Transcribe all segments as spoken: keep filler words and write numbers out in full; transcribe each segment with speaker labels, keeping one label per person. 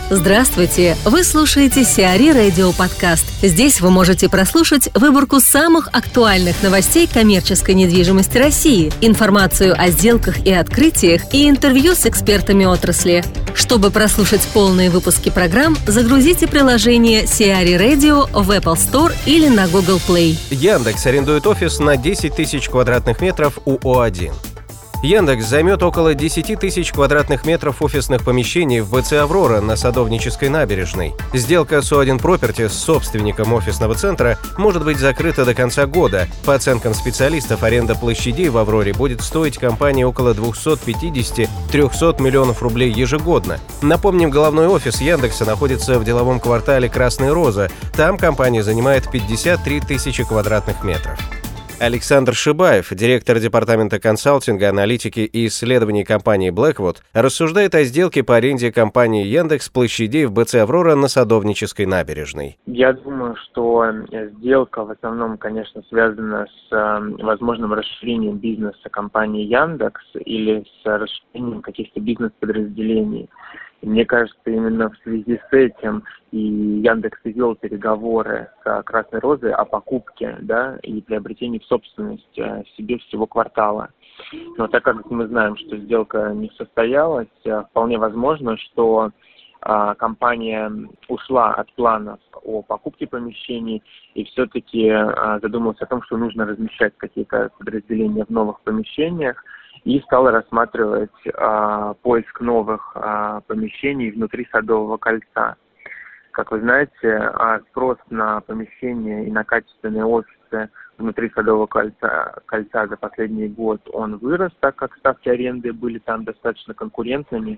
Speaker 1: Здравствуйте! Вы слушаете Сиари Радио Подкаст. Здесь вы можете прослушать выборку самых актуальных новостей коммерческой недвижимости России, информацию о сделках и открытиях и интервью с экспертами отрасли. Чтобы прослушать полные выпуски программ, загрузите приложение Сиари Radio в Apple Store или на Google Play.
Speaker 2: Яндекс арендует офис на десять тысяч квадратных метров у О один. Яндекс займет около десять тысяч квадратных метров офисных помещений в ВЦ «Аврора» на Садовнической набережной. Сделка с О один Property с собственником офисного центра может быть закрыта до конца года. По оценкам специалистов, аренда площадей в «Авроре» будет стоить компании около двести пятьдесят - триста миллионов рублей ежегодно. Напомним, головной офис Яндекса находится в деловом квартале «Красная Роза». Там компания занимает пятьдесят три тысячи квадратных метров. Александр Шибаев, директор департамента консалтинга, аналитики и исследований компании Blackwood, рассуждает о сделке по аренде компании Яндекс площадей в БЦ «Аврора» на Садовнической набережной.
Speaker 3: Я думаю, что сделка в основном, конечно, связана с возможным расширением бизнеса компании Яндекс или с расширением каких-то бизнес-подразделений. Мне кажется, именно в связи с этим и Яндекс вел переговоры с Красной Розой о покупке, да, и приобретении в собственность себе всего квартала. Но так как мы знаем, что сделка не состоялась, вполне возможно, что а, компания ушла от планов о покупке помещений и все-таки а, задумалась о том, что нужно размещать какие-то подразделения в новых помещениях, и стала рассматривать а, поиск новых а, помещений внутри Садового кольца. Как вы знаете, а, спрос на помещения и на качественные офисы внутри Садового кольца, кольца за последний год он вырос, так как ставки аренды были там достаточно конкурентными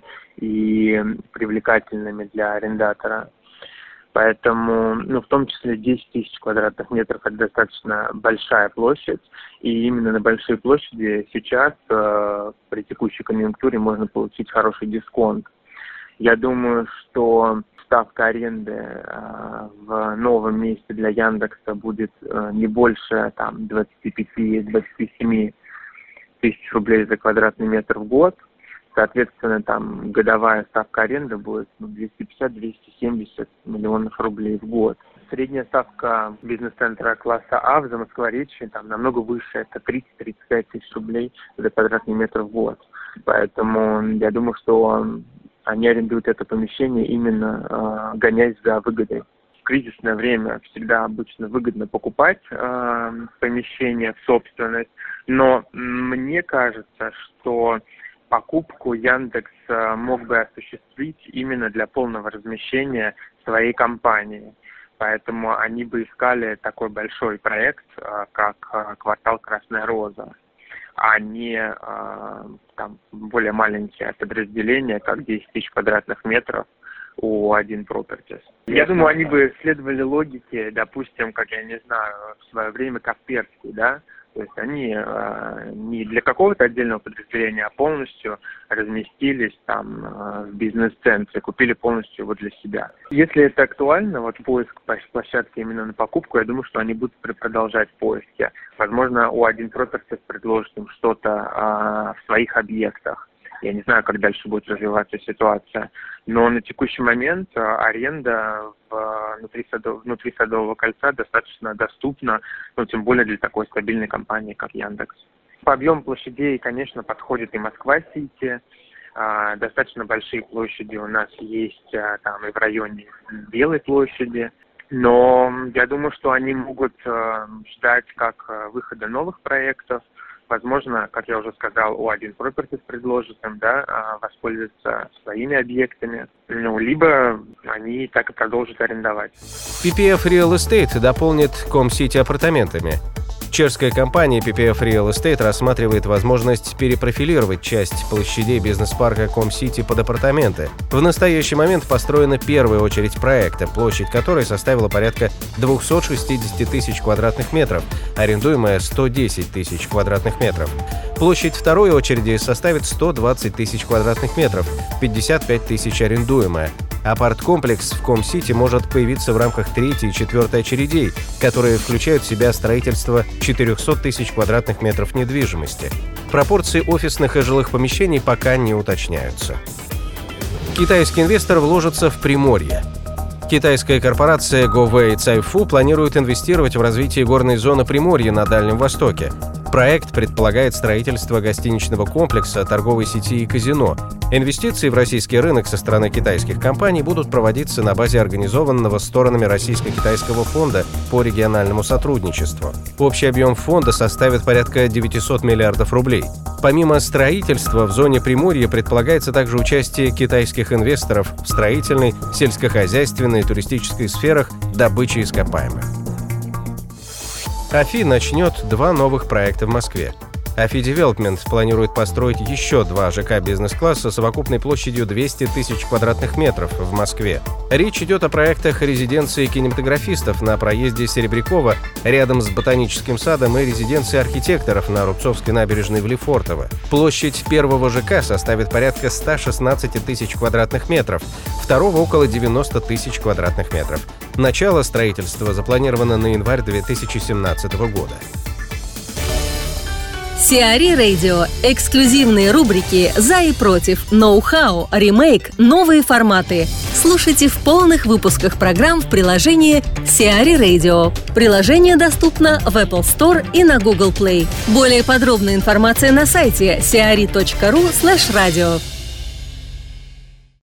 Speaker 3: и привлекательными для арендатора. Поэтому, ну, в том числе десять тысяч квадратных метров – это достаточно большая площадь, и именно на большой площади сейчас э, при текущей конъюнктуре можно получить хороший дисконт. Я думаю, что ставка аренды э, в новом месте для Яндекса будет э, не больше там двадцать пять - двадцать семь тысяч рублей за квадратный метр в год. Соответственно, там годовая ставка аренды будет ну, двести пятьдесят - двести семьдесят миллионов рублей в год. Средняя ставка бизнес-центра класса А в Замоскворечье там намного выше, это тридцать - тридцать пять тысяч рублей за квадратный метр в год. Поэтому я думаю, что они арендуют это помещение именно э, гоняясь за выгодой. В кризисное время всегда обычно выгодно покупать э, помещение в собственность, но мне кажется, что покупку Яндекс мог бы осуществить именно для полного размещения своей компании. Поэтому они бы искали такой большой проект, как квартал Красная Роза, а не там, более маленькие подразделения, как десять тысяч квадратных метров у О один Properties. Я думаю, они бы следовали логике, допустим, как я не знаю, в свое время Касперский, да? То есть они э, не для какого-то отдельного подразделения, а полностью разместились там э, в бизнес-центре, купили полностью его для себя. Если это актуально, вот поиск площадки именно на покупку, я думаю, что они будут продолжать поиски. Возможно, О один Properties предложит им что-то э, в своих объектах. Я не знаю, как дальше будет развиваться ситуация. Но на текущий момент аренда внутри, садов, внутри Садового кольца достаточно доступна, ну, тем более для такой стабильной компании, как Яндекс. По объему площадей, конечно, подходит и Москва-Сити. Достаточно большие площади у нас есть там и в районе Белой площади. Но я думаю, что они могут ждать как выхода новых проектов. Возможно, как я уже сказал, О один Properties предложит им, да, воспользоваться своими объектами, ну, либо они так и продолжат арендовать.
Speaker 2: пи пи эф Real Estate дополнит Комсити апартаментами. Чешская компания пи пи эф Real Estate рассматривает возможность перепрофилировать часть площадей бизнес-парка Комсити под апартаменты. В настоящий момент построена первая очередь проекта, площадь которой составила порядка двести шестьдесят тысяч квадратных метров, арендуемая сто десять тысяч квадратных метров. Площадь второй очереди составит сто двадцать тысяч квадратных метров, пятьдесят пять тысяч арендуемая. Апарт-комплекс в Комсити может появиться в рамках третьей и четвертой очередей, которые включают в себя строительство четыреста тысяч квадратных метров недвижимости. Пропорции офисных и жилых помещений пока не уточняются. Китайский инвестор вложится в Приморье. Китайская корпорация Govei Caifu планирует инвестировать в развитие горной зоны Приморья на Дальнем Востоке. Проект предполагает строительство гостиничного комплекса, торговой сети и казино. Инвестиции в российский рынок со стороны китайских компаний будут проводиться на базе организованного сторонами Российско-Китайского фонда по региональному сотрудничеству. Общий объем фонда составит порядка девятьсот миллиардов рублей. Помимо строительства, в зоне Приморья предполагается также участие китайских инвесторов в строительной, сельскохозяйственной и туристической сферах добычи ископаемых. АФИ начнет два новых проекта в Москве. АФИ Девелопмент планирует построить еще два ЖК бизнес-класса совокупной площадью двести тысяч квадратных метров в Москве. Речь идет о проектах резиденции кинематографистов на проезде Серебрякова рядом с Ботаническим садом и резиденции архитекторов на Рубцовской набережной в Лефортово. Площадь первого ЖК составит порядка ста шестнадцати тысяч квадратных метров, второго около девяноста тысяч квадратных метров. Начало строительства запланировано на январь две тысячи семнадцатого года.
Speaker 1: Сиари Radio. Эксклюзивные рубрики «За и против», «Ноу-хау», «Ремейк», «Новые форматы». Слушайте в полных выпусках программ в приложении Сиари Radio. Приложение доступно в Apple Store и на Google Play. Более подробная информация на сайте сиари точка ру слэш радио.